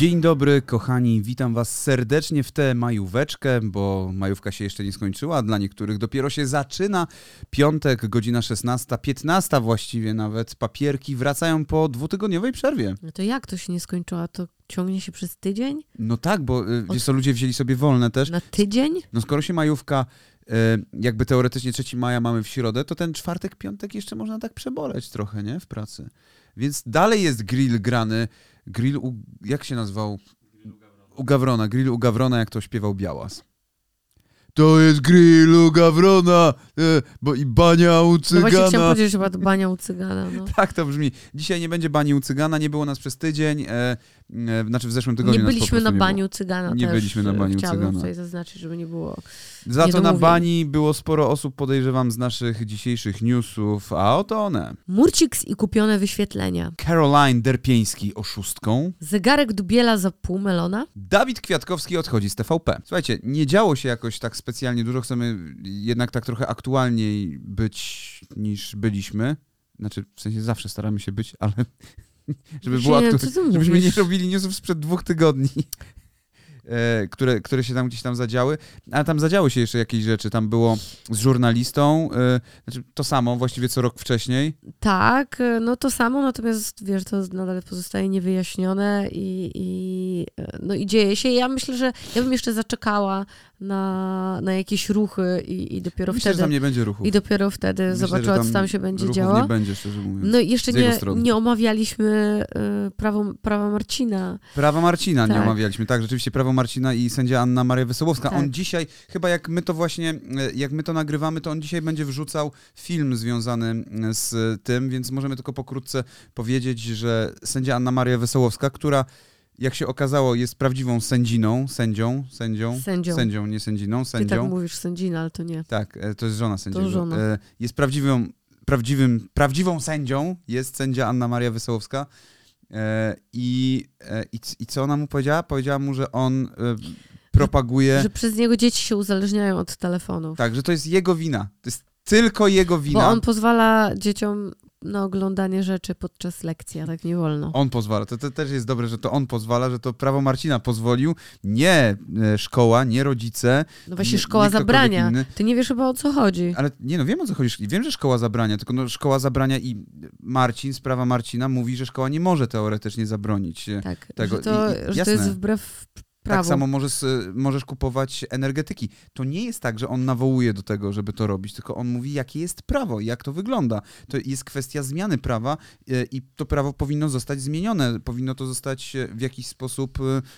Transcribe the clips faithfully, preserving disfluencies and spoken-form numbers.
Dzień dobry, kochani, witam was serdecznie w tę majóweczkę, bo majówka się jeszcze nie skończyła, a dla niektórych dopiero się zaczyna. Piątek, godzina szesnasta, piętnasta właściwie nawet, papierki wracają po dwutygodniowej przerwie. No to jak to się nie skończyło? To ciągnie się przez tydzień? No tak, bo wiesz co, ludzie wzięli sobie wolne też. Na tydzień? No skoro się majówka, jakby teoretycznie trzeciego maja mamy w środę, to ten czwartek, piątek jeszcze można tak przeboleć trochę, nie? W pracy. Więc dalej jest grill grany. Grill, u, jak się nazwał? U Gawrona. Grill u Gawrona, jak to śpiewał Białas. To jest grill u Gawrona, e, bo i bania u Cygana. No właśnie chciałam powiedzieć chyba bania u Cygana. No. Tak to brzmi. Dzisiaj nie będzie bani u Cygana, nie było nas przez tydzień, e, e, znaczy w zeszłym tygodniu Nie nas byliśmy po na nie bani było. u Cygana Nie też. byliśmy na bani u Chciałabym Cygana. tutaj zaznaczyć, żeby nie było Za to na niedomówień. bani było sporo osób, podejrzewam, z naszych dzisiejszych newsów, a oto one. Murciks i kupione wyświetlenia. Caroline Derpieński oszustką. Zegarek Dubiela za pół melona. Dawid Kwiatkowski odchodzi z T V P. Słuchajcie, nie działo się jakoś tak specjalnie dużo, chcemy jednak tak trochę aktualniej być niż byliśmy. Znaczy, w sensie zawsze staramy się być, ale żeby było Nie, aktu- co ty żebyśmy mówisz? nie robili newsów sprzed dwóch tygodni. E, które, które się tam gdzieś tam zadziały, ale tam zadziały się jeszcze jakieś rzeczy. Tam było z żurnalistą, e, znaczy to samo właściwie co rok wcześniej. Tak, no to samo, natomiast wiesz, to nadal pozostaje niewyjaśnione i, i, no i dzieje się. Ja myślę, że ja bym jeszcze zaczekała na, na jakieś ruchy i, i dopiero Myślę, wtedy... że tam nie będzie ruchów. I dopiero wtedy Myślę, zobaczyła, że co tam się będzie ruchów działo. nie będzie, szczerze mówiąc. No i jeszcze z jego nie, strony. nie omawialiśmy y, prawo, prawa Marcina. Prawa Marcina nie Tak. omawialiśmy. Tak, rzeczywiście prawo Marcina i sędzia Anna Maria Wesołowska. Tak. On dzisiaj, chyba jak my to właśnie, e, jak my to nagrywamy, to on dzisiaj będzie wrzucał film związany z tym, więc możemy tylko pokrótce powiedzieć, że sędzia Anna Maria Wesołowska, która jak się okazało jest prawdziwą sędziną, sędzią, sędzią, Sędzią. sędzią, nie sędziną, Ty sędzią. tak mówisz sędzina, ale to nie. Tak, e, to jest żona sędziego. żona. E, Jest prawdziwą, prawdziwym, prawdziwą sędzią, jest sędzia Anna Maria Wesołowska. E, I, e, i, c- I co ona mu powiedziała? Powiedziała mu, że on e, propaguje... Że przez niego dzieci się uzależniają od telefonów. Tak, że to jest jego wina. To jest tylko jego wina. Bo on pozwala dzieciom na oglądanie rzeczy podczas lekcji, a tak nie wolno. On pozwala. To, to też jest dobre, że to on pozwala, że to prawo Marcina pozwolił. Nie e, szkoła, nie rodzice. No właśnie nie- szkoła nie ktokolwiek zabrania. inny. Ty nie wiesz chyba, o co chodzi. Ale nie no, wiem o co chodzi. Wiem, że szkoła zabrania, tylko no, szkoła zabrania i Marcin z prawa Marcina mówi, że szkoła nie może teoretycznie zabronić e, Tak, tego. że to, I- i- że to jasne. jest wbrew prawu. Tak samo możesz, możesz kupować energetyki. To nie jest tak, że on nawołuje do tego, żeby to robić, tylko on mówi, jakie jest prawo i jak to wygląda. To jest kwestia zmiany prawa e, i to prawo powinno zostać zmienione. Powinno to zostać e, w jakiś sposób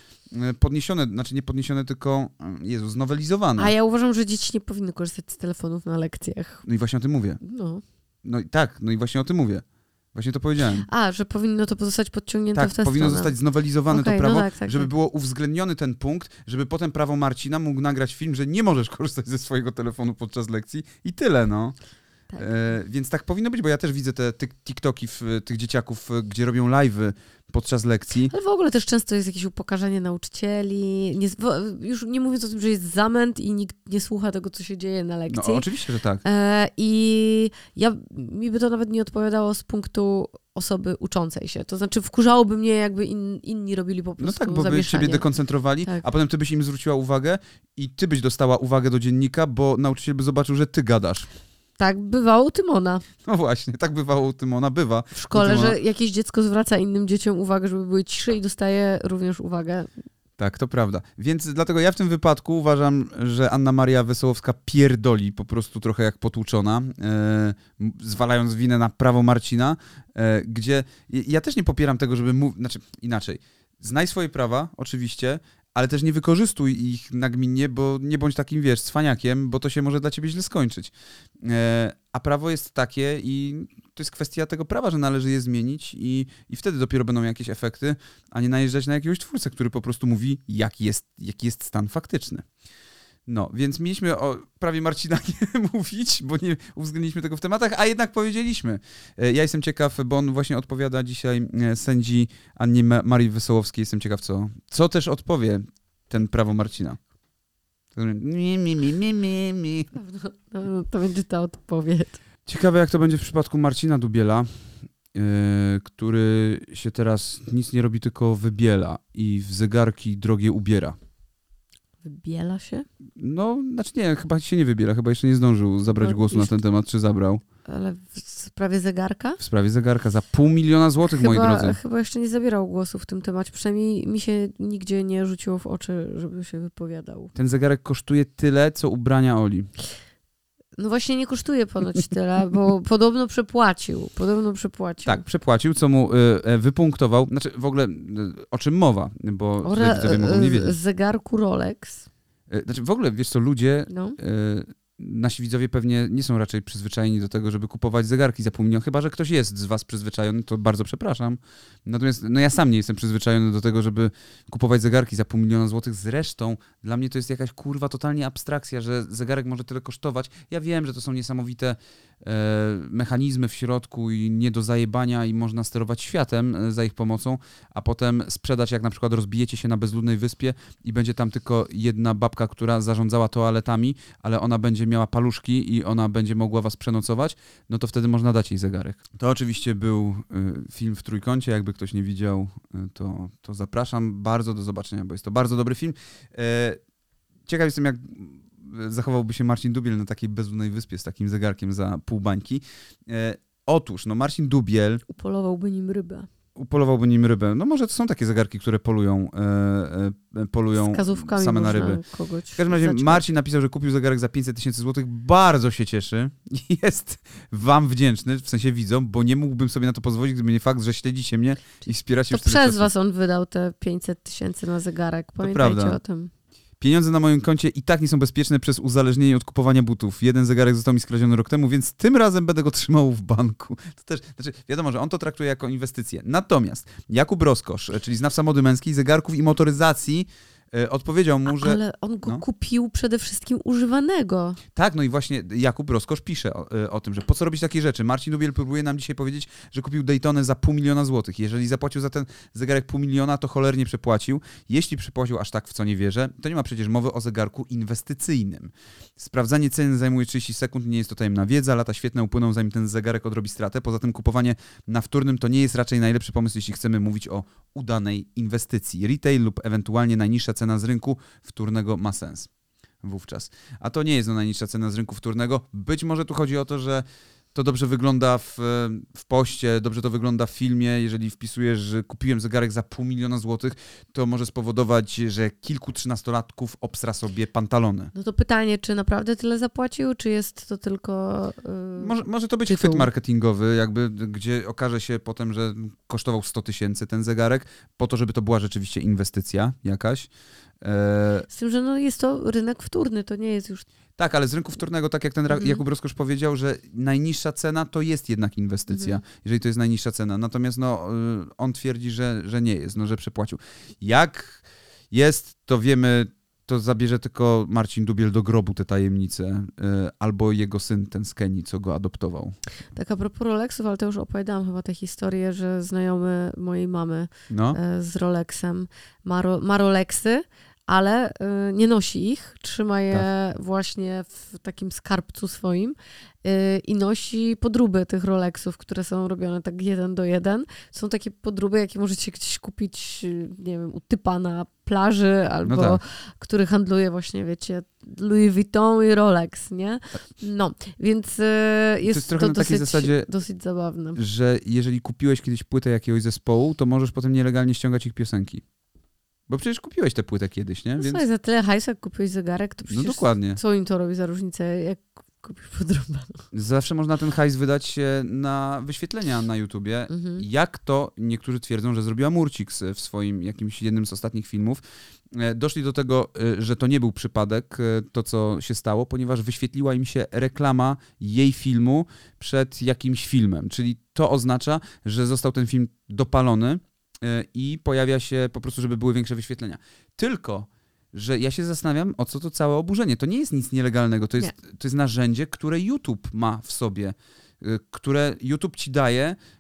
e, podniesione, znaczy nie podniesione, tylko, e, Jezu, znowelizowane. A ja uważam, że dzieci nie powinny korzystać z telefonów na lekcjach. No i właśnie o tym mówię. No. No i tak, no i właśnie o tym mówię. Właśnie to powiedziałem. A, że powinno to pozostać podciągnięte Tak, w tę powinno stronę. zostać znowelizowane Okej, to prawo, no tak, tak, żeby tak. było uwzględniony ten punkt, żeby potem prawo Marcina mógł nagrać film, że nie możesz korzystać ze swojego telefonu podczas lekcji i tyle, no. Tak. E, więc tak powinno być, bo ja też widzę te ty- TikToki w, tych dzieciaków, e, gdzie robią live'y podczas lekcji. Ale w ogóle też często jest jakieś upokarzanie nauczycieli. Nie, wo- już nie mówiąc o tym, że jest zamęt i nikt nie słucha tego, co się dzieje na No lekcji. oczywiście, że tak. E, I ja, mi by to nawet nie odpowiadało z punktu osoby uczącej się. To znaczy wkurzałoby mnie, jakby in, inni robili po No prostu tak, bo by zamieszanie. ciebie dekoncentrowali, Tak. a potem ty byś im zwróciła uwagę i ty byś dostała uwagę do dziennika, bo nauczyciel by zobaczył, że ty gadasz. Tak, bywało u Tymona No właśnie, tak bywało u Tymona, bywa. w szkole, U Tymona. że jakieś dziecko zwraca innym dzieciom uwagę, żeby były cisze i dostaje również uwagę. Tak, to prawda. Więc dlatego ja w tym wypadku uważam, że Anna Maria Wesołowska pierdoli po prostu trochę jak potłuczona, e, m- zwalając winę na prawo Marcina, e, gdzie ja też nie popieram tego, żeby mówić, znaczy inaczej, znaj swoje prawa, oczywiście, ale też nie wykorzystuj ich nagminnie, bo nie bądź takim, wiesz, cwaniakiem, bo to się może dla ciebie źle skończyć. E, a prawo jest takie i to jest kwestia tego prawa, że należy je zmienić i, i wtedy dopiero będą jakieś efekty, a nie najeżdżać na jakiegoś twórcę, który po prostu mówi, jaki jest, jaki jest stan faktyczny. No, więc mieliśmy o prawie Marcina nie mówić, bo nie uwzględniliśmy tego w tematach, a jednak powiedzieliśmy. E, Ja jestem ciekaw, bo on właśnie odpowiada dzisiaj e, sędzi Annie Ma- Marii Wesołowskiej. Jestem ciekaw, co, co też odpowie ten prawo Marcina. Mi, mi, mi, mi, mi, mi. No, to będzie ta odpowiedź. Ciekawe, jak to będzie w przypadku Marcina Dubiela. yy, który się teraz nic nie robi, tylko wybiela i w zegarki drogie ubiera. Wybiela się? No, znaczy nie, chyba się nie wybiera, chyba jeszcze nie zdążył zabrać no, głosu jeszcze... na ten temat, czy zabrał. Ale w sprawie zegarka? W sprawie zegarka, za pół miliona złotych, chyba, moi drodzy. Chyba jeszcze nie zabierał głosu w tym temacie, przynajmniej mi się nigdzie nie rzuciło w oczy, żeby się wypowiadał. Ten zegarek kosztuje tyle, co ubrania Oli. No właśnie nie kosztuje ponoć tyle, bo podobno przepłacił. Podobno przepłacił. Tak, przepłacił, co mu y, wypunktował. Znaczy w ogóle y, o czym mowa, bo Ora, widzowie mogą nie wiedzieć. Z zegarku Rolex. Y, znaczy w ogóle, wiesz co, ludzie, no. y, nasi widzowie pewnie nie są raczej przyzwyczajeni do tego, żeby kupować zegarki za pół miliona, chyba że ktoś jest z was przyzwyczajony, to bardzo przepraszam. Natomiast no ja sam nie jestem przyzwyczajony do tego, żeby kupować zegarki za pół miliona złotych. Zresztą dla mnie to jest jakaś kurwa totalnie abstrakcja, że zegarek może tyle kosztować. Ja wiem, że to są niesamowite e, mechanizmy w środku i nie do zajebania i można sterować światem e, za ich pomocą, a potem sprzedać, jak na przykład rozbijecie się na bezludnej wyspie i będzie tam tylko jedna babka, która zarządzała toaletami, ale ona będzie miała paluszki i ona będzie mogła was przenocować, no to wtedy można dać jej zegarek. To oczywiście był y, film w trójkącie, jakby ktoś nie widział, y, to, to zapraszam bardzo do zobaczenia, bo jest to bardzo dobry film. E, ciekaw jestem, jak zachowałby się Marcin Dubiel na takiej bezludnej wyspie z takim zegarkiem za pół bańki. E, otóż, no Marcin Dubiel... Upolowałby nim rybę. Upolowałby nim rybę. No może to są takie zegarki, które polują, e, e, polują same na ryby. W każdym razie zacząć. Marcin napisał, że kupił zegarek za pięćset tysięcy złotych. Bardzo się cieszy i jest wam wdzięczny, w sensie widzom, bo nie mógłbym sobie na to pozwolić, gdyby nie fakt, że śledzicie mnie i wspieracie. To przez was on wydał te pięćset tysięcy na zegarek. Pamiętajcie o tym. Pieniądze na moim koncie i tak nie są bezpieczne przez uzależnienie od kupowania butów. Jeden zegarek został mi skradziony rok temu, więc tym razem będę go trzymał w banku. To też, znaczy, wiadomo, że on to traktuje jako inwestycję. Natomiast Jakub Roskosz, czyli znawca mody męskiej, zegarków i motoryzacji, odpowiedział mu, że... Ale on go no. kupił przede wszystkim używanego. Tak, no i właśnie Jakub Roskosz pisze o, o tym, że po co robić takie rzeczy. Marcin Dubiel próbuje nam dzisiaj powiedzieć, że kupił Daytonę za pół miliona złotych. Jeżeli zapłacił za ten zegarek pół miliona, to cholernie przepłacił. Jeśli przepłacił aż tak, w co nie wierzę, to nie ma przecież mowy o zegarku inwestycyjnym. Sprawdzanie ceny zajmuje trzydzieści sekund, nie jest to tajemna wiedza, lata świetne upłyną, zanim ten zegarek odrobi stratę. Poza tym kupowanie na wtórnym to nie jest raczej najlepszy pomysł, jeśli chcemy mówić o udanej inwestycji. Retail lub ewentualnie najniższa cena z rynku wtórnego ma sens wówczas. A to nie jest no najniższa cena z rynku wtórnego. Być może tu chodzi o to, że to dobrze wygląda w, w poście, dobrze to wygląda w filmie. Jeżeli wpisujesz, że kupiłem zegarek za pół miliona złotych, to może spowodować, że kilku trzynastolatków obsra sobie pantalony. No to pytanie, czy naprawdę tyle zapłacił, czy jest to tylko yy, może, może to być tytuł. chwyt marketingowy, jakby, gdzie okaże się potem, że kosztował sto tysięcy ten zegarek, po to, żeby to była rzeczywiście inwestycja jakaś. Z tym, że no jest to rynek wtórny, to nie jest już... Tak, ale z rynku wtórnego, tak jak ten mhm. Jakub Roskosz powiedział, że najniższa cena to jest jednak inwestycja, mhm. jeżeli to jest najniższa cena. Natomiast no, on twierdzi, że, że nie jest, no, że przepłacił. Jak jest, to wiemy, to zabierze tylko Marcin Dubiel do grobu te tajemnice, albo jego syn, ten z Kenii, co go adoptował. Tak, a propos Rolexów, ale to już opowiadałam chyba tę historię, że znajomy mojej mamy no. z Rolexem ma, ro, ma Rolexy, ale y, nie nosi ich, trzyma je tak. właśnie w takim skarbcu swoim y, i nosi podróby tych Rolexów, które są robione tak jeden do jeden. Są takie podróby, jakie możecie gdzieś kupić, nie wiem, u typa na plaży, albo no tak. który handluje właśnie, wiecie, Louis Vuitton i Rolex, nie? No, więc y, jest to, jest trochę to na takiej dosyć, zasadzie, dosyć zabawne. Że jeżeli kupiłeś kiedyś płytę jakiegoś zespołu, to możesz potem nielegalnie ściągać ich piosenki. Bo przecież kupiłeś tę płytę kiedyś, nie? No Więc... słuchaj, za tyle hajsu, jak kupiłeś zegarek, to przecież no dokładnie. Co im to robi za różnicę, jak kupisz podróbę? Zawsze można ten hajs wydać na wyświetlenia na YouTubie. Mhm. Jak to niektórzy twierdzą, że zrobiła Murcix w swoim jakimś jednym z ostatnich filmów. Doszli do tego, że to nie był przypadek, to co się stało, ponieważ wyświetliła im się reklama jej filmu przed jakimś filmem. Czyli to oznacza, że został ten film dopalony i pojawia się po prostu, żeby były większe wyświetlenia. Tylko, że ja się zastanawiam, o co to całe oburzenie. To nie jest nic nielegalnego, to jest, to jest narzędzie, które YouTube ma w sobie, które YouTube ci daje,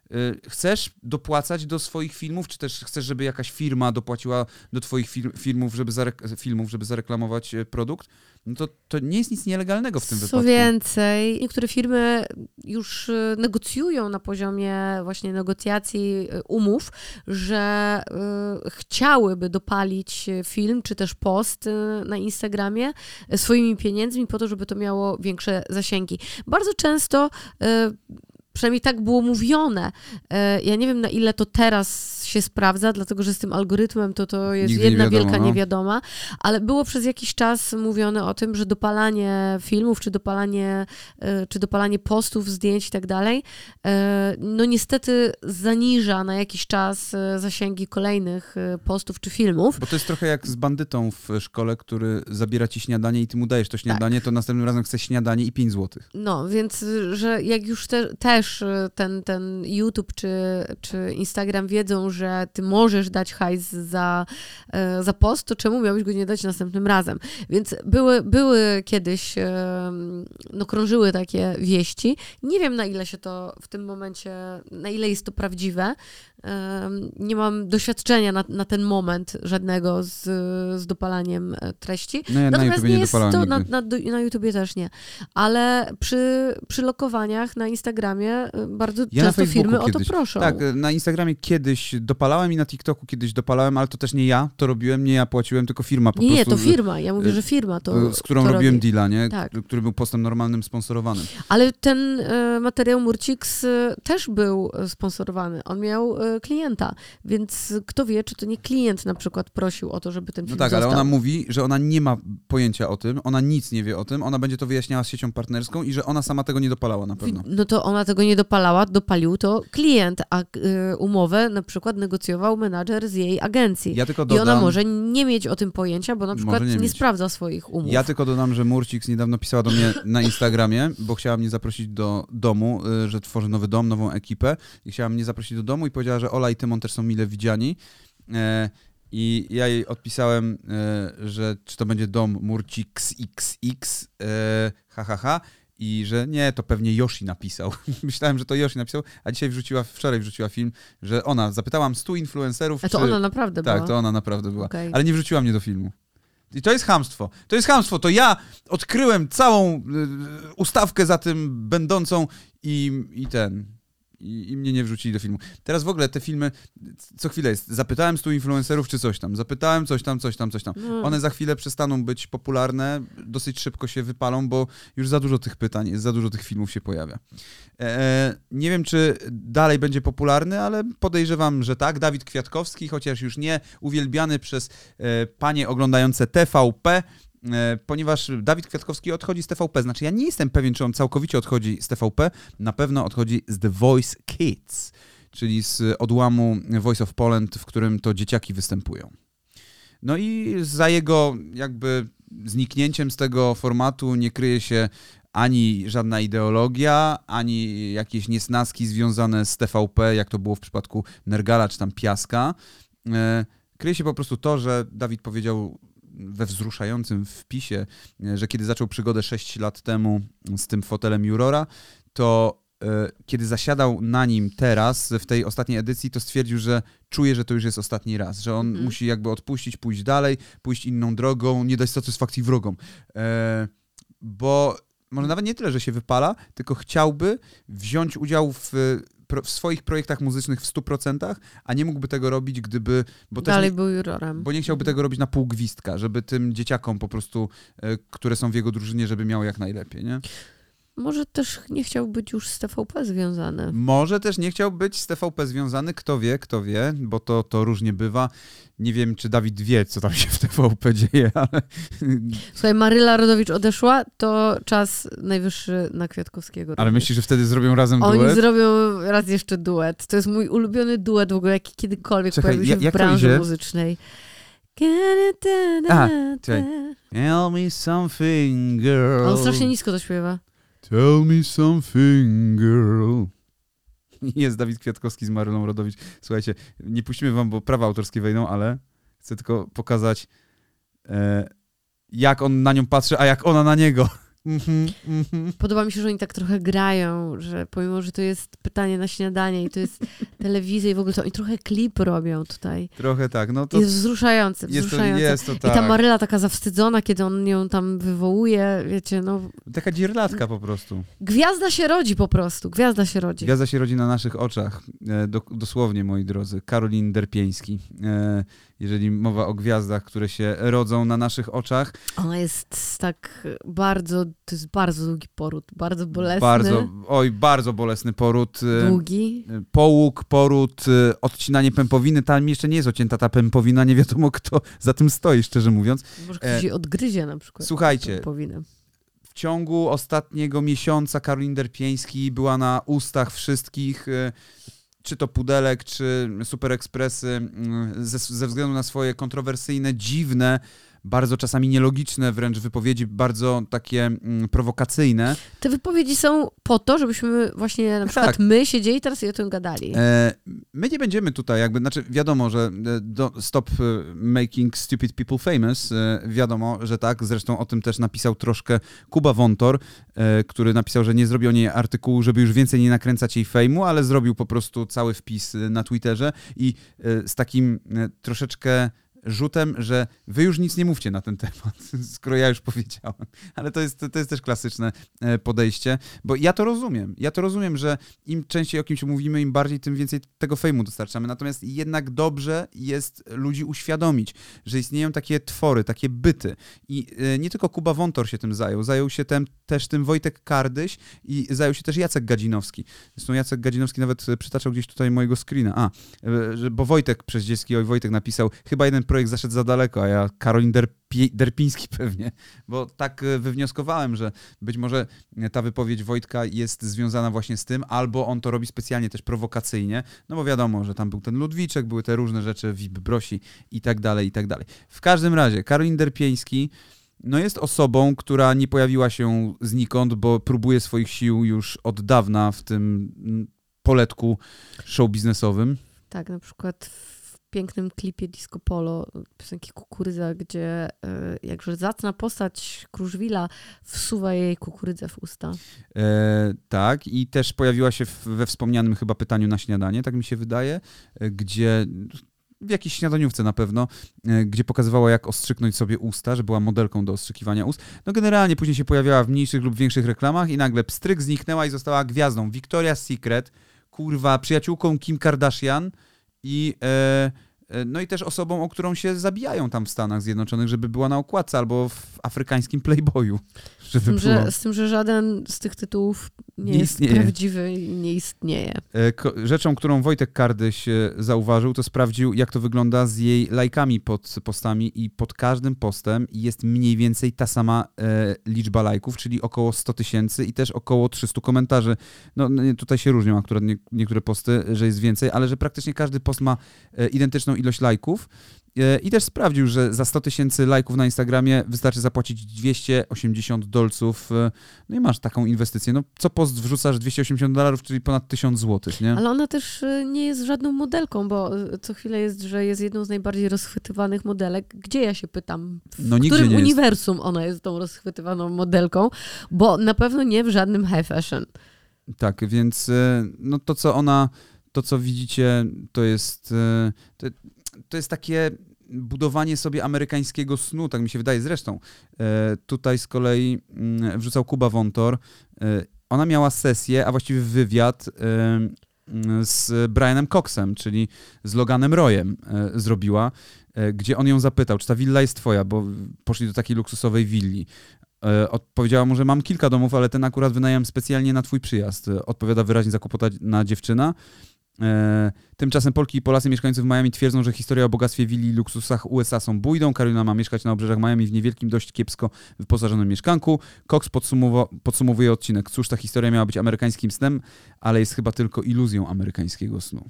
chcesz dopłacać do swoich filmów, czy też chcesz, żeby jakaś firma dopłaciła do twoich fil- filmów, żeby zarek- filmów, żeby zareklamować produkt, no to, to nie jest nic nielegalnego w tym Co wypadku. Co więcej, niektóre firmy już negocjują na poziomie właśnie negocjacji umów, że y, chciałyby dopalić film, czy też post y, na Instagramie swoimi pieniędzmi po to, żeby to miało większe zasięgi. Bardzo często y, przynajmniej tak było mówione. Ja nie wiem, na ile to teraz się sprawdza, dlatego że z tym algorytmem to to jest Nigdy jedna nie wiadomo, wielka no. niewiadoma, ale było przez jakiś czas mówione o tym, że dopalanie filmów, czy dopalanie, czy dopalanie postów, zdjęć i tak dalej, no niestety zaniża na jakiś czas zasięgi kolejnych postów czy filmów. Bo to jest trochę jak z bandytą w szkole, który zabiera ci śniadanie i ty mu dajesz to śniadanie, tak. To następnym razem chce śniadanie i pięć złotych. No, więc że jak już te, też ten, ten YouTube czy, czy Instagram wiedzą, że ty możesz dać hajs za, za post, to czemu miałbyś go nie dać następnym razem? Więc były, były kiedyś, no krążyły takie wieści. Nie wiem, na ile się to w tym momencie, na ile jest to prawdziwe. Nie mam doświadczenia na, na ten moment żadnego z, z dopalaniem treści. No ja Natomiast na nie nie jest dopalałem to, nigdy. na, na, na YouTubie też nie. Ale przy, przy lokowaniach na Instagramie bardzo ja często firmy kiedyś, o to proszą. Tak, na Instagramie kiedyś dopalałem i na TikToku kiedyś dopalałem, ale to też nie ja to robiłem, nie ja płaciłem, tylko firma po nie, prostu. Nie, to firma. Ja mówię, że firma to z którą to robiłem robi. deala, nie? Tak. Który był postem normalnym, sponsorowanym. Ale ten e, materiał Murciks e, też był sponsorowany. On miał e, klienta, więc kto wie, czy to nie klient na przykład prosił o to, żeby ten film No tak, został. ale ona mówi, że ona nie ma pojęcia o tym, ona nic nie wie o tym, ona będzie to wyjaśniała z siecią partnerską i że ona sama tego nie dopalała na pewno. No to ona tego nie dopalała, dopalił to klient, a y, umowę na przykład negocjował menadżer z jej agencji. Ja tylko dodam, I ona może nie mieć o tym pojęcia, bo na przykład nie nie, mieć. sprawdza swoich umów. Ja tylko dodam, że Murciks niedawno pisała do mnie na Instagramie, bo chciała mnie zaprosić do domu, y, że tworzy nowy dom, nową ekipę i chciała mnie zaprosić do domu i powiedziała, że Ola i Tymon też są mile widziani. E, I ja jej odpisałem, e, że czy to będzie dom Murciks iks iks, e, ha, ha, ha. I że nie, to pewnie Yoshi napisał. Myślałem, że to Yoshi napisał, a dzisiaj wrzuciła, wczoraj wrzuciła film, że ona, zapytałam stu influencerów, A to czy... ona naprawdę była? Tak, to ona naprawdę była. Okay. Ale nie wrzuciła mnie do filmu. I to jest chamstwo. To jest chamstwo. To ja odkryłem całą y, ustawkę za tym będącą i, i ten... I, I mnie nie wrzucili do filmu. Teraz w ogóle te filmy, co chwilę jest, zapytałem stu influencerów, czy coś tam, zapytałem coś tam, coś tam, coś tam. Mm. One za chwilę przestaną być popularne, dosyć szybko się wypalą, bo już za dużo tych pytań jest, za dużo tych filmów się pojawia. E, nie wiem, czy dalej będzie popularny, ale podejrzewam, że tak. Dawid Kwiatkowski, chociaż już nie uwielbiany przez e, panie oglądające T V P, ponieważ Dawid Kwiatkowski odchodzi z T V P. Znaczy ja nie jestem pewien, czy on całkowicie odchodzi z T V P. Na pewno odchodzi z The Voice Kids, czyli z odłamu Voice of Poland, w którym to dzieciaki występują. No i za jego jakby zniknięciem z tego formatu nie kryje się ani żadna ideologia, ani jakieś niesnaski związane z T V P, jak to było w przypadku Nergala czy tam Piaska. Kryje się po prostu to, że Dawid powiedział we wzruszającym wpisie, że kiedy zaczął przygodę sześć lat temu z tym fotelem jurora, to e, kiedy zasiadał na nim teraz, w tej ostatniej edycji, to stwierdził, że czuje, że to już jest ostatni raz, że on mm. musi jakby odpuścić, pójść dalej, pójść inną drogą, nie dać satysfakcji wrogom. E, bo może nawet nie tyle, że się wypala, tylko chciałby wziąć udział w w swoich projektach muzycznych w stu procentach, a nie mógłby tego robić, gdyby... Bo Dalej nie, był jurorem. Bo nie chciałby tego robić na pół gwizdka, żeby tym dzieciakom po prostu, które są w jego drużynie, żeby miało jak najlepiej, nie? Może też nie chciał być już z T V P związany. Może też nie chciał być z T V P związany, kto wie, kto wie, bo to, to różnie bywa. Nie wiem, czy Dawid wie, co tam się w T V P dzieje, ale... Słuchaj, Maryla Rodowicz odeszła, to czas najwyższy na Kwiatkowskiego. Ale myślisz, że wtedy zrobią razem Oni duet? Oni zrobią raz jeszcze duet. To jest mój ulubiony duet w ogóle, jaki kiedykolwiek Czekaj, pojawił się ja, w branży idzie? muzycznej. A, czekaj. Tell me something, girl. On strasznie nisko to śpiewa. Tell me something, girl. Jest Dawid Kwiatkowski z Marylą Rodowicz. Słuchajcie, nie puścimy wam, bo prawa autorskie wejdą, ale chcę tylko pokazać, e, jak on na nią patrzy, a jak ona na niego. Mm-hmm, mm-hmm. Podoba mi się, że oni tak trochę grają, że pomimo, że to jest pytanie na śniadanie i to jest telewizja i w ogóle to oni trochę klip robią tutaj. Trochę tak. No to jest wzruszające, jest wzruszające. To, jest to tak. I ta Maryla taka zawstydzona, kiedy on ją tam wywołuje, wiecie, no... Taka dzierlatka po prostu. Gwiazda się rodzi po prostu, gwiazda się rodzi. Gwiazda się rodzi na naszych oczach. E, do, dosłownie, moi drodzy. Karolin Derpieński. E, jeżeli mowa o gwiazdach, które się rodzą na naszych oczach. Ona jest tak bardzo, to jest bardzo długi poród, bardzo bolesny. Bardzo, oj, bardzo bolesny poród. Długi. Połóg, poród, odcinanie pępowiny. Tam jeszcze nie jest odcięta ta pępowina, nie wiadomo kto za tym stoi, szczerze mówiąc. Może ktoś jej odgryzie na przykład. Słuchajcie, pępowinę. W ciągu ostatniego miesiąca Karolin Derpieński była na ustach wszystkich, czy to Pudelek, czy Super Expressy, ze, ze względu na swoje kontrowersyjne, dziwne, bardzo czasami nielogiczne wręcz wypowiedzi, bardzo takie mm, prowokacyjne. Te wypowiedzi są po to, żebyśmy właśnie na przykład tak. my siedzieli teraz i o tym gadali. E, my nie będziemy tutaj jakby, znaczy wiadomo, że do, stop making stupid people famous, e, wiadomo, że tak, zresztą o tym też napisał troszkę Kuba Wątor, e, który napisał, że nie zrobił o niej artykułu, żeby już więcej nie nakręcać jej fejmu, ale zrobił po prostu cały wpis na Twitterze i e, z takim e, troszeczkę rzutem, że wy już nic nie mówcie na ten temat, skoro ja już powiedziałem. Ale to jest, to jest też klasyczne podejście, bo ja to rozumiem. Ja to rozumiem, że im częściej o kimś mówimy, im bardziej, tym więcej tego fejmu dostarczamy. Natomiast jednak dobrze jest ludzi uświadomić, że istnieją takie twory, takie byty. I nie tylko Kuba Wątor się tym zajął. Zajął się tem, też tym Wojtek Kardyś i zajął się też Jacek Gadzinowski. Zresztą Jacek Gadzinowski nawet przytaczał gdzieś tutaj mojego screena. A, bo Wojtek Przeździecki, oj Wojtek napisał, chyba jeden projekt zaszedł za daleko, a ja Karolin Derpi- Derpiński pewnie, bo tak wywnioskowałem, że być może ta wypowiedź Wojtka jest związana właśnie z tym, albo on to robi specjalnie też prowokacyjnie, no bo wiadomo, że tam był ten Ludwiczek, były te różne rzeczy, V I P Brosi i tak dalej, i tak dalej. W każdym razie, Karolin Derpieński no jest osobą, która nie pojawiła się znikąd, bo próbuje swoich sił już od dawna w tym poletku show biznesowym. Tak, na przykład w pięknym klipie Disco Polo, piosenki Kukurydza, gdzie y, jakże zacna postać Kruszwila wsuwa jej kukurydzę w usta. E, tak, i też pojawiła się w, we wspomnianym chyba pytaniu na śniadanie, tak mi się wydaje, gdzie w jakiejś śniadaniówce na pewno, gdzie pokazywała, jak ostrzyknąć sobie usta, że była modelką do ostrzykiwania ust. No generalnie później się pojawiała w mniejszych lub większych reklamach i nagle pstryk, zniknęła i została gwiazdą. Victoria's Secret, kurwa, przyjaciółką Kim Kardashian i, e, no i też osobą, o którą się zabijają tam w Stanach Zjednoczonych, żeby była na okładce albo w afrykańskim Playboyu. Z tym, że, z tym, że żaden z tych tytułów nie, nie jest istnieje. Prawdziwy i nie istnieje. Rzeczą, którą Wojtek Kardyś zauważył, to sprawdził, jak to wygląda z jej lajkami pod postami i pod każdym postem jest mniej więcej ta sama e, liczba lajków, czyli około sto tysięcy i też około trzysta komentarzy. No tutaj się różnią akurat nie, niektóre posty, że jest więcej, ale że praktycznie każdy post ma e, identyczną ilość lajków. I też sprawdził, że za sto tysięcy lajków na Instagramie wystarczy zapłacić dwieście osiemdziesiąt dolców. No i masz taką inwestycję. No co post wrzucasz dwieście osiemdziesiąt dolarów, czyli ponad tysiąc złotych, nie? Ale ona też nie jest żadną modelką, bo co chwilę jest, że jest jedną z najbardziej rozchwytywanych modelek. Gdzie ja się pytam? W no, którym nie uniwersum jest. ona jest tą rozchwytywaną modelką? Bo na pewno nie w żadnym high fashion. Tak, więc no to, co ona, to co widzicie, to jest... To, To jest takie budowanie sobie amerykańskiego snu, tak mi się wydaje. Zresztą e, tutaj z kolei m, wrzucał Kuba Wątor. E, ona miała sesję, a właściwie wywiad e, z Brianem Coxem, czyli z Loganem Royem e, zrobiła, e, gdzie on ją zapytał, czy ta willa jest twoja, bo poszli do takiej luksusowej willi. E, odpowiedziała mu, że mam kilka domów, ale ten akurat wynajęłem specjalnie na twój przyjazd. E, odpowiada wyraźnie zakłopotana dziewczyna. E, tymczasem Polki i Polacy mieszkający w Miami twierdzą, że historia o bogactwie willi i luksusach U S A są bójdą. Karolina ma mieszkać na obrzeżach Miami w niewielkim, dość kiepsko wyposażonym mieszkanku. Cox podsumowa- podsumowuje odcinek. Cóż, ta historia miała być amerykańskim snem, ale jest chyba tylko iluzją amerykańskiego snu.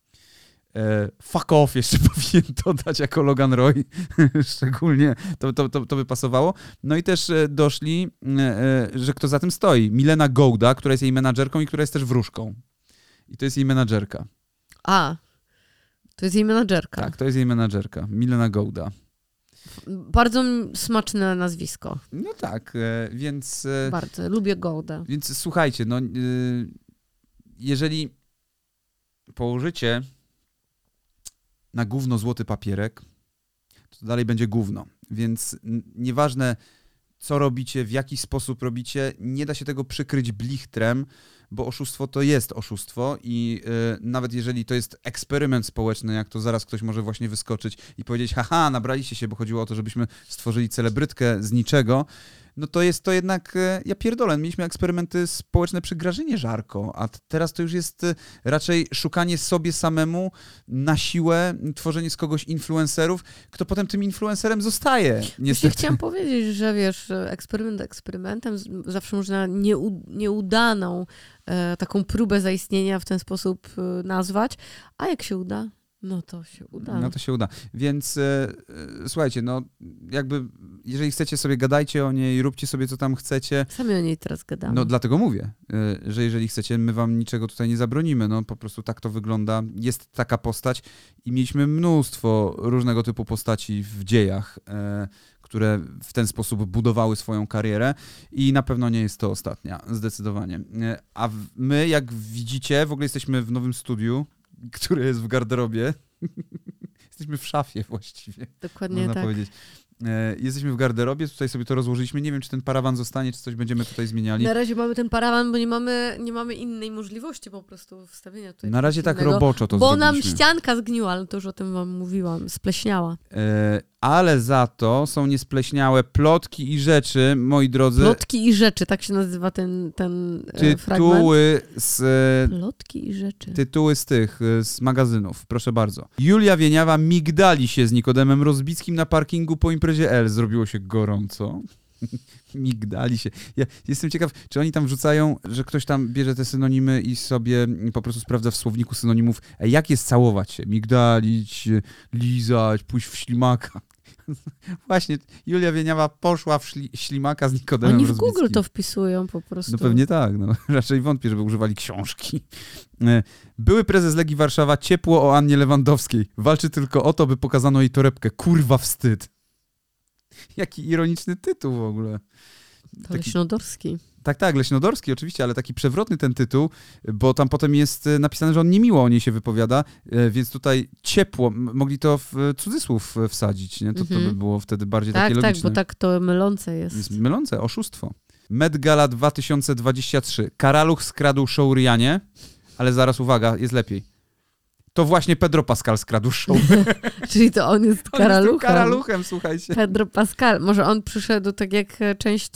E, fuck off jeszcze powinien dodać jako Logan Roy. Szczególnie to, to, to, to by pasowało. No i też e, doszli, e, że kto za tym stoi. Milena Gouda, która jest jej menadżerką i która jest też wróżką. I to jest jej menadżerka. A, to jest jej menadżerka. Tak, to jest jej menadżerka. Milena Gouda. Bardzo smaczne nazwisko. No tak, więc... Bardzo, lubię Gołdę. Więc słuchajcie, no jeżeli położycie na gówno złoty papierek, to dalej będzie gówno. Więc nieważne, co robicie, w jaki sposób robicie, nie da się tego przykryć blichtrem, bo oszustwo to jest oszustwo i y, nawet jeżeli to jest eksperyment społeczny, jak to zaraz ktoś może właśnie wyskoczyć i powiedzieć, haha, nabraliście się, bo chodziło o to, żebyśmy stworzyli celebrytkę z niczego, no to jest to jednak, y, ja pierdolę, mieliśmy eksperymenty społeczne przy Grażynie Żarko, a teraz to już jest y, raczej szukanie sobie samemu na siłę, tworzenie z kogoś influencerów, kto potem tym influencerem zostaje. Niestety. Chciałam powiedzieć, że wiesz, eksperyment eksperymentem, zawsze można nieu, nieudaną e, taką próbę zaistnienia w ten sposób e, nazwać, a jak się uda, no to się uda. No to się uda. Więc e, e, słuchajcie, no jakby jeżeli chcecie sobie, gadajcie o niej, róbcie sobie co tam chcecie. Sami o niej teraz gadamy. No dlatego mówię, e, że jeżeli chcecie, my wam niczego tutaj nie zabronimy. No po prostu tak to wygląda. Jest taka postać i mieliśmy mnóstwo różnego typu postaci w dziejach, e, które w ten sposób budowały swoją karierę i na pewno nie jest to ostatnia, zdecydowanie. E, a w, my, jak widzicie, w ogóle jesteśmy w nowym studiu, które jest w garderobie. Jesteśmy w szafie właściwie. Dokładnie można tak. powiedzieć. E, jesteśmy w garderobie, tutaj sobie to rozłożyliśmy. Nie wiem, czy ten parawan zostanie, czy coś będziemy tutaj zmieniali. Na razie mamy ten parawan, bo nie mamy, nie mamy innej możliwości po prostu wstawienia tutaj. Na razie tak innego, roboczo to bo zrobiliśmy. nam ścianka zgniła, ale to już o tym wam mówiłam, spleśniała. E, ale za to są niespleśniałe plotki i rzeczy, moi drodzy. Plotki i rzeczy, tak się nazywa ten, ten tytuły fragment. z Plotki i rzeczy. Tytuły z tych, z magazynów, proszę bardzo. Julia Wieniawa migdali się z Nikodemem Rozbickim na parkingu po imprezie L. Zrobiło się gorąco. Migdali się. Ja jestem ciekaw, czy oni tam wrzucają, że ktoś tam bierze te synonimy i sobie po prostu sprawdza w słowniku synonimów, jak jest całować się, migdalić, lizać, pójść w ślimaka. Właśnie, Julia Wieniawa poszła w szli, ślimaka z Nikodemem Oni w Rozbickim. Google to wpisują po prostu. No pewnie tak, no. Raczej wątpię, żeby używali książki. Były prezes Legii Warszawa ciepło o Annie Lewandowskiej. Walczy tylko o to, by pokazano jej torebkę. Kurwa wstyd. Jaki ironiczny tytuł w ogóle. To Leśnodorski. Tak, tak, Leśnodorski oczywiście, ale taki przewrotny ten tytuł, bo tam potem jest napisane, że on niemiło o niej się wypowiada, więc tutaj ciepło, mogli to w cudzysłów wsadzić, nie? To, to by było wtedy bardziej tak, takie logiczne. Tak, bo tak to mylące jest. Jest mylące, oszustwo. Met Gala dwa tysiące dwadzieścia trzy. Karaluch skradł show Rianie, ale zaraz uwaga, jest lepiej. To właśnie Pedro Pascal skradł show. Czyli to on jest karaluchem. On jest karaluchem, słuchajcie. Pedro Pascal. Może on przyszedł tak jak część,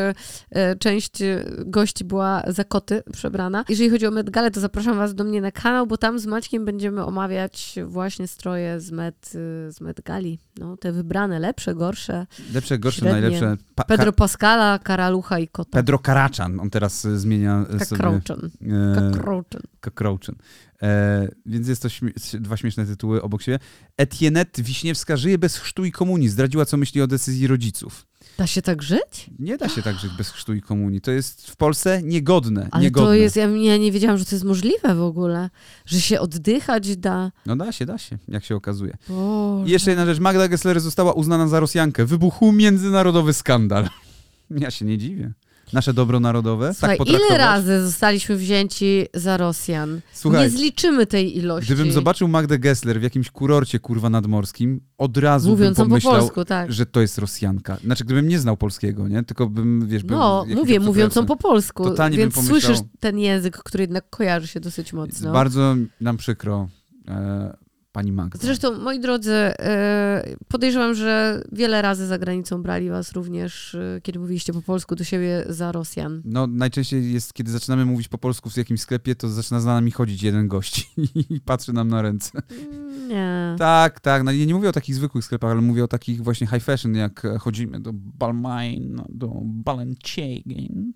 część gości była za koty przebrana. Jeżeli chodzi o Met Galę, to zapraszam was do mnie na kanał, bo tam z Maćkiem będziemy omawiać właśnie stroje z Met, z Met Gali. No, te wybrane, lepsze, gorsze. Lepsze, gorsze, średnie. najlepsze. Pa- Pedro Pascala, karalucha i kota. Pedro Karaczan. On teraz zmienia Kakroczan. sobie... E, Kakroczan. Kakroczan. E, więc jest to śmie- dwa śmieszne tytuły obok siebie. Etiennette Wiśniewska żyje bez chrztu i komunii. Zdradziła, co myśli o decyzji rodziców. Da się tak żyć? Nie da się tak żyć bez chrztu i komunii. To jest w Polsce niegodne. Ale niegodne. to jest, ja, ja nie wiedziałam, że to jest możliwe w ogóle. Że się oddychać da. No da się, da się, jak się okazuje. Boże. I jeszcze jedna rzecz. Magda Gessler została uznana za Rosjankę. Wybuchł międzynarodowy skandal. Ja się nie dziwię. Nasze dobro narodowe. Słuchaj, tak ile razy zostaliśmy wzięci za Rosjan? Słuchaj, nie zliczymy tej ilości. Gdybym zobaczył Magdę Gessler w jakimś kurorcie, kurwa, nadmorskim, od razu Mówiąc bym pomyślał, po polsku, tak. że to jest Rosjanka. Znaczy, gdybym nie znał polskiego, nie? Tylko bym, wiesz... No, był mówię, mówiącą po polsku, Totalnie więc bym pomyślał, słyszysz ten język, który jednak kojarzy się dosyć mocno. Bardzo nam przykro, e, pani Magda. Zresztą, moi drodzy, e, podejrzewam, że wiele razy za granicą brali was również, e, kiedy mówiliście po polsku do siebie, za Rosjan. No, najczęściej jest, kiedy zaczynamy mówić po polsku w jakimś sklepie, to zaczyna za nami chodzić jeden gość i patrzy nam na ręce. Nie. Tak, tak. No, ja nie mówię o takich zwykłych sklepach, ale mówię o takich właśnie high fashion, jak chodzimy do Balmain, do Balenciaga.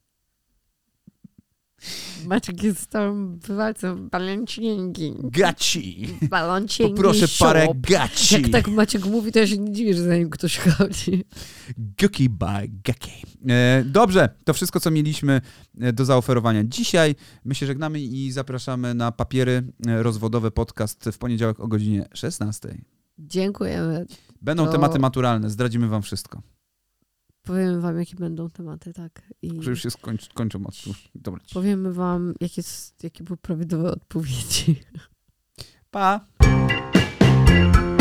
Maciek jest stałym bywalcą Balenciagi. Gaci! Balenciagi Poproszę shop. parę gaci! Jak tak Maciek mówi, to ja się nie dziwię, że za nim ktoś chodzi. Guki by Guki. E, dobrze, to wszystko, co mieliśmy do zaoferowania dzisiaj. My się żegnamy i zapraszamy na Papiery Rozwodowe podcast w poniedziałek o godzinie szesnastej. Dziękujemy. Będą to... tematy maturalne, zdradzimy wam wszystko. Powiemy wam, jakie będą tematy, tak. I... Że już się skończ, kończą od tu. Dobra. Powiemy wam, jakie, jakie były prawidłowe odpowiedzi. Pa!